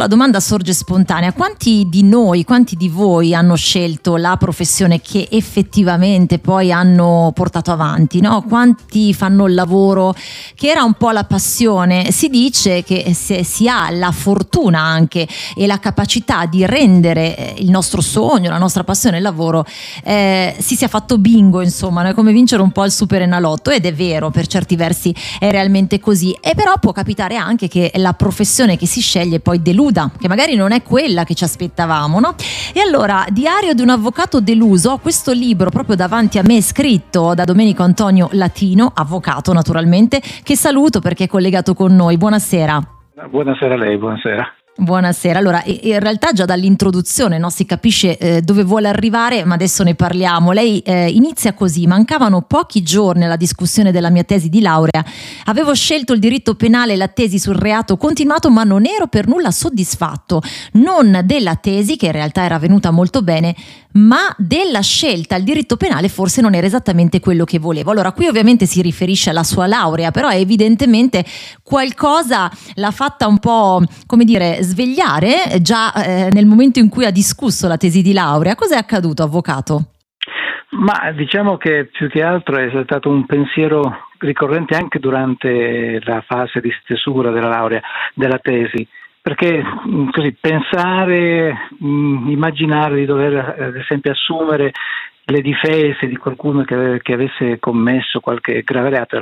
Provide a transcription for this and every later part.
la domanda sorge spontanea: quanti di noi, quanti di voi hanno scelto la professione che effettivamente poi hanno portato avanti, no? Quanti fanno il lavoro che era un po' la passione? Si dice che se si ha la fortuna anche e la capacità di rendere il nostro sogno, la nostra passione, il lavoro, si sia fatto bingo, insomma, no? È come vincere un po' al Superenalotto, ed è vero, per certi versi è realmente così. E però può capitare anche che la professione che si sceglie poi deluda, che magari non è quella che ci aspettavamo, no? E allora, Diario di un avvocato deluso, ho questo libro proprio davanti a me, scritto da Domenico Antonio Latino, avvocato naturalmente, che saluto perché è collegato con noi. Buonasera. Buonasera a lei, buonasera. Buonasera. Allora, in realtà già dall'introduzione, no, si capisce dove vuole arrivare, ma adesso ne parliamo. Lei inizia così: mancavano pochi giorni alla discussione della mia tesi di laurea, avevo scelto il diritto penale e la tesi sul reato continuato, ma non ero per nulla soddisfatto, non della tesi, che in realtà era venuta molto bene, ma della scelta. Il diritto penale forse non era esattamente quello che volevo. Allora, qui ovviamente si riferisce alla sua laurea, però evidentemente qualcosa l'ha fatta un po', come dire, svegliare già nel momento in cui ha discusso la tesi di laurea. Cos'è accaduto, avvocato? Ma diciamo che più che altro è stato un pensiero ricorrente anche durante la fase di stesura della laurea, della tesi, perché così pensare, immaginare di dover ad esempio assumere le difese di qualcuno che avesse commesso qualche grave reato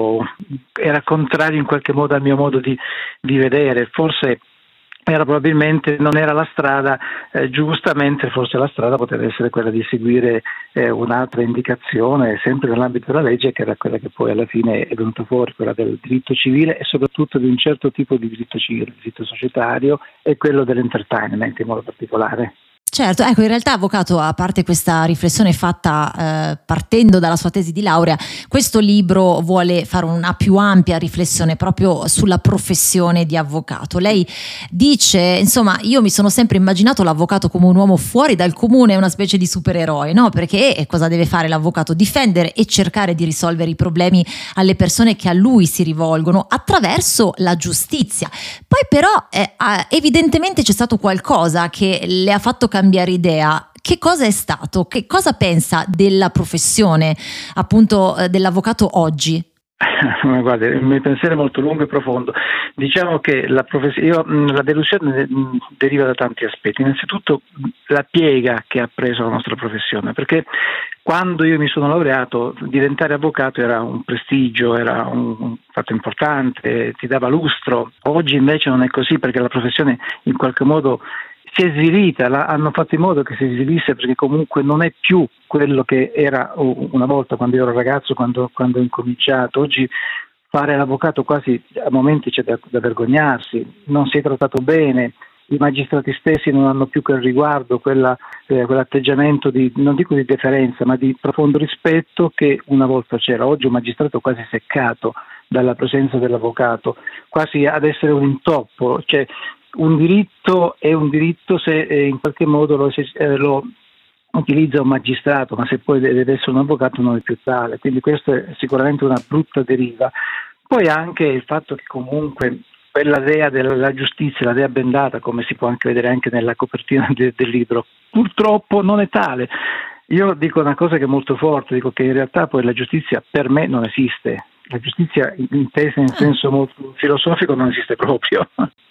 era contrario in qualche modo al mio modo di vedere. Forse probabilmente non era la strada giusta, mentre forse la strada poteva essere quella di seguire un'altra indicazione, sempre nell'ambito della legge, che era quella che poi alla fine è venuta fuori, quella del diritto civile, e soprattutto di un certo tipo di diritto civile, il diritto societario e quello dell'entertainment in modo particolare. Certo, ecco, in realtà, avvocato, a parte questa riflessione fatta partendo dalla sua tesi di laurea, questo libro vuole fare una più ampia riflessione proprio sulla professione di avvocato. Lei dice, insomma, io mi sono sempre immaginato l'avvocato come un uomo fuori dal comune, una specie di supereroe, no? Perché cosa deve fare l'avvocato? Difendere e cercare di risolvere i problemi alle persone che a lui si rivolgono attraverso la giustizia. Poi però evidentemente c'è stato qualcosa che le ha fatto cambiare idea. Che cosa è stato? Che cosa pensa della professione, appunto, dell'avvocato oggi? Guarda, il mio pensiero è molto lungo e profondo. Diciamo che la delusione deriva da tanti aspetti. Innanzitutto la piega che ha preso la nostra professione, perché quando io mi sono laureato, diventare avvocato era un prestigio, era un fatto importante, ti dava lustro. Oggi invece non è così, perché la professione in qualche modo si è svilita, hanno fatto in modo che si svilisse, perché comunque non è più quello che era una volta quando io ero ragazzo, quando ho incominciato. Oggi fare l'avvocato quasi a momenti c'è da vergognarsi, non si è trattato bene, i magistrati stessi non hanno più quel riguardo, quell'atteggiamento non dico di deferenza, ma di profondo rispetto che una volta c'era. Oggi un magistrato quasi seccato dalla presenza dell'avvocato, quasi ad essere un intoppo, cioè un diritto è un diritto se in qualche modo lo utilizza un magistrato, ma se poi deve essere un avvocato non è più tale. Quindi questa è sicuramente una brutta deriva. Poi anche il fatto che comunque quella dea della giustizia, la dea bendata, come si può anche vedere anche nella copertina del libro, purtroppo non è tale. Io dico una cosa che è molto forte, dico che in realtà poi la giustizia per me non esiste. La giustizia intesa in senso molto filosofico non esiste proprio.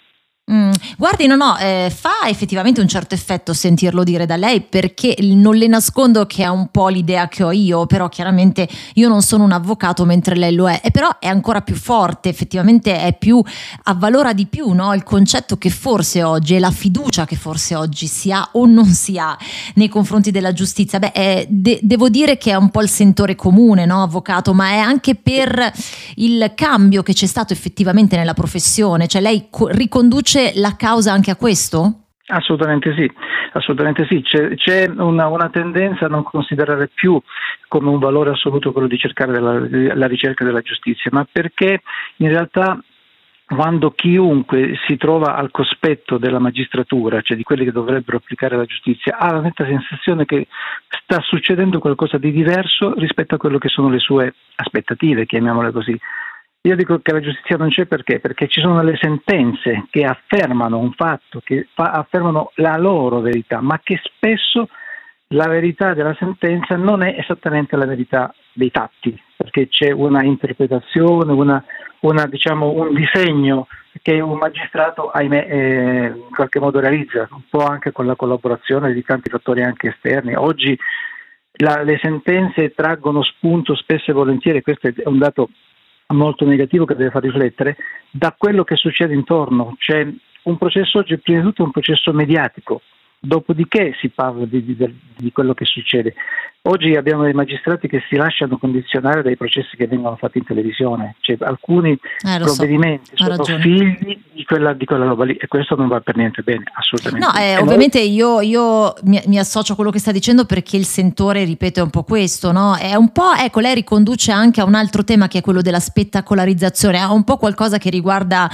Guardi, fa effettivamente un certo effetto sentirlo dire da lei, perché non le nascondo che è un po' l'idea che ho io, però chiaramente io non sono un avvocato mentre lei lo è, e però è ancora più forte, effettivamente avvalora di più, no? Il concetto che forse oggi e la fiducia che forse oggi si ha o non si ha nei confronti della giustizia. Devo dire che è un po' il sentore comune, no, avvocato, ma è anche per il cambio che c'è stato effettivamente nella professione. Cioè lei riconduce la causa anche a questo? Assolutamente sì. C'è una tendenza a non considerare più come un valore assoluto quello di cercare la ricerca della giustizia, ma perché in realtà quando chiunque si trova al cospetto della magistratura, cioè di quelli che dovrebbero applicare la giustizia, ha la netta sensazione che sta succedendo qualcosa di diverso rispetto a quello che sono le sue aspettative, chiamiamole così. Io dico che la giustizia non c'è perché ci sono delle sentenze che affermano un fatto, che affermano la loro verità, ma che spesso la verità della sentenza non è esattamente la verità dei fatti, perché c'è una interpretazione, diciamo, un disegno che un magistrato, ahimè, in qualche modo realizza, un po' anche con la collaborazione di tanti fattori anche esterni. Oggi le sentenze traggono spunto spesso e volentieri, questo è un dato molto negativo che deve far riflettere, da quello che succede intorno. C'è un processo oggi, prima di tutto un processo mediatico, dopodiché si parla di quello che succede. Oggi abbiamo dei magistrati che si lasciano condizionare dai processi che vengono fatti in televisione, cioè alcuni provvedimenti sono figli di quella roba lì, e questo non va per niente bene, assolutamente. No, ovviamente io mi associo a quello che sta dicendo, perché il sentore, ripeto, è un po' questo, no? È un po', ecco, lei riconduce anche a un altro tema che è quello della spettacolarizzazione, è un po' qualcosa che riguarda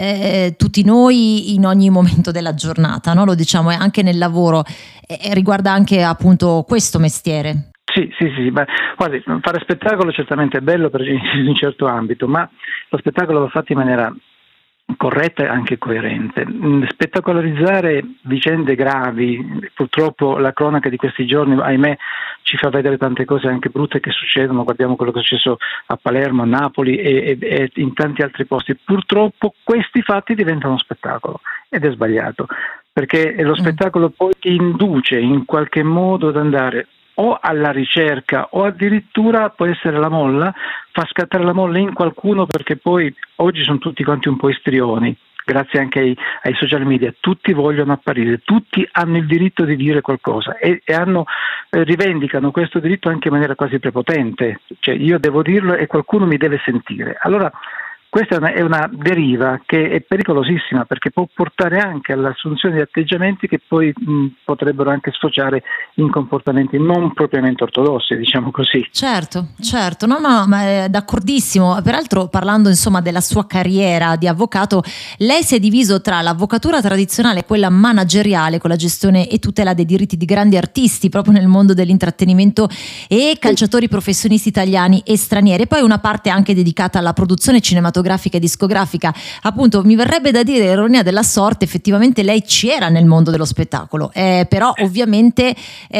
tutti noi in ogni momento della giornata, no? Lo diciamo, è anche nel lavoro, riguarda anche appunto questo mestiere. Sì, beh, guardi, fare spettacolo certamente è bello in un certo ambito, ma lo spettacolo va fatto in maniera corretta e anche coerente. Spettacolarizzare vicende gravi, purtroppo la cronaca di questi giorni, ahimè, ci fa vedere tante cose anche brutte che succedono. Guardiamo quello che è successo a Palermo, a Napoli e in tanti altri posti. Purtroppo questi fatti diventano spettacolo, ed è sbagliato, perché lo spettacolo poi ti induce in qualche modo ad andare o alla ricerca o addirittura può essere la molla, fa scattare la molla in qualcuno, perché poi oggi sono tutti quanti un po' istrioni, grazie anche ai social media, tutti vogliono apparire, tutti hanno il diritto di dire qualcosa e rivendicano questo diritto anche in maniera quasi prepotente, cioè io devo dirlo e qualcuno mi deve sentire. Allora questa è una deriva che è pericolosissima, perché può portare anche all'assunzione di atteggiamenti che poi potrebbero anche sfociare in comportamenti non propriamente ortodossi, diciamo così. Certo, no, ma d'accordissimo. Peraltro, parlando insomma della sua carriera di avvocato, lei si è diviso tra l'avvocatura tradizionale e quella manageriale, con la gestione e tutela dei diritti di grandi artisti proprio nel mondo dell'intrattenimento e calciatori professionisti italiani e stranieri, e poi una parte anche dedicata alla produzione cinematografica e discografica. Appunto, mi verrebbe da dire, ironia della sorte, effettivamente lei c'era nel mondo dello spettacolo, però ovviamente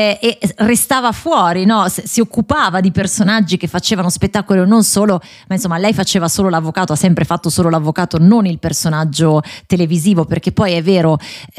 restava fuori, no? Si occupava di personaggi che facevano spettacolo, non solo, ma insomma lei faceva solo l'avvocato, ha sempre fatto solo l'avvocato, non il personaggio televisivo, perché poi è vero,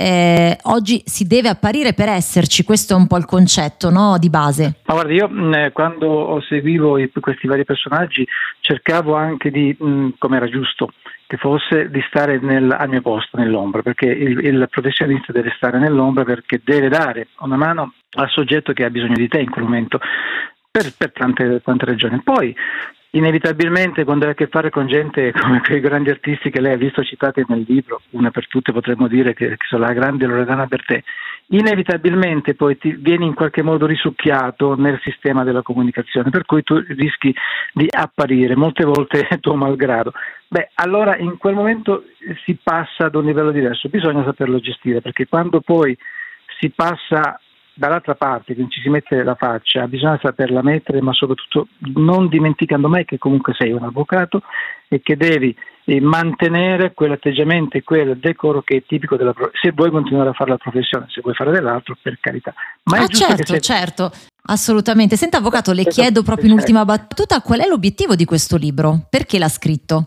oggi si deve apparire per esserci, questo è un po' il concetto, no? Di base. Ma guarda, io quando seguivo questi vari personaggi cercavo anche di, come era giusto che fosse, di stare al mio posto nell'ombra, perché il professionista deve stare nell'ombra, perché deve dare una mano al soggetto che ha bisogno di te in quel momento, per tante ragioni. Poi inevitabilmente, quando hai a che fare con gente come quei grandi artisti che lei ha visto citati nel libro, una per tutte potremmo dire che sono la grande Loredana Bertè, inevitabilmente poi ti vieni in qualche modo risucchiato nel sistema della comunicazione, per cui tu rischi di apparire molte volte tuo malgrado. Beh, allora in quel momento si passa ad un livello diverso, bisogna saperlo gestire, perché quando poi si passa dall'altra parte, che ci si mette la faccia, bisogna saperla mettere, ma soprattutto non dimenticando mai che comunque sei un avvocato e che devi mantenere quell'atteggiamento e quel decoro che è tipico della se vuoi continuare a fare la professione, se vuoi fare dell'altro, per carità. Ma è giusto certo, assolutamente. Senta, avvocato, le chiedo proprio in ultima battuta, qual è l'obiettivo di questo libro? Perché l'ha scritto?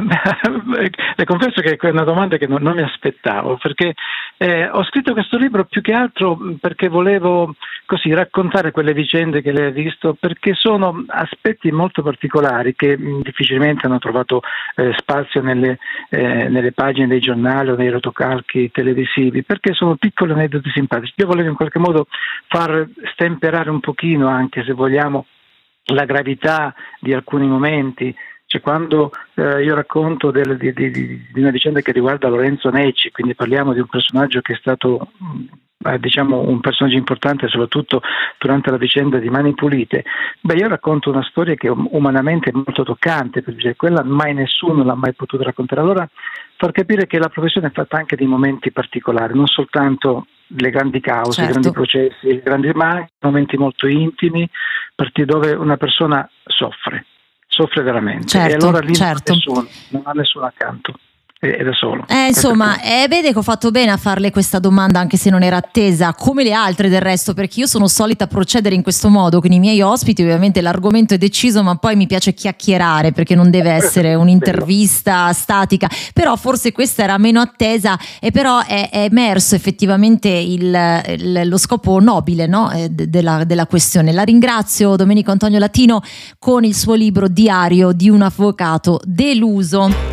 Le confesso che è una domanda che non mi aspettavo, perché ho scritto questo libro più che altro perché volevo così raccontare quelle vicende che lei ha visto, perché sono aspetti molto particolari che difficilmente hanno trovato spazio nelle pagine dei giornali o nei rotocalchi televisivi, perché sono piccoli aneddoti simpatici. Io volevo in qualche modo far stemperare un pochino, anche se vogliamo, la gravità di alcuni momenti. Cioè, quando io racconto di una vicenda che riguarda Lorenzo Necci, quindi parliamo di un personaggio che è stato diciamo un personaggio importante soprattutto durante la vicenda di Mani Pulite, io racconto una storia che umanamente è molto toccante, perché quella mai nessuno l'ha mai potuta raccontare. Allora far capire che la professione è fatta anche di momenti particolari, non soltanto le grandi cause, i grandi processi, ma anche momenti molto intimi, dove una persona soffre soffre veramente, certo, e allora lì certo. non ha nessuno accanto. È da solo. Insomma, vede che ho fatto bene a farle questa domanda, anche se non era attesa, come le altre del resto, perché io sono solita procedere in questo modo con i miei ospiti. Ovviamente l'argomento è deciso, ma poi mi piace chiacchierare, perché non deve essere un'intervista statica. Però forse questa era meno attesa, e però è emerso effettivamente lo scopo nobile, no? della questione. La ringrazio, Domenico Antonio Latino, con il suo libro Diario di un avvocato deluso.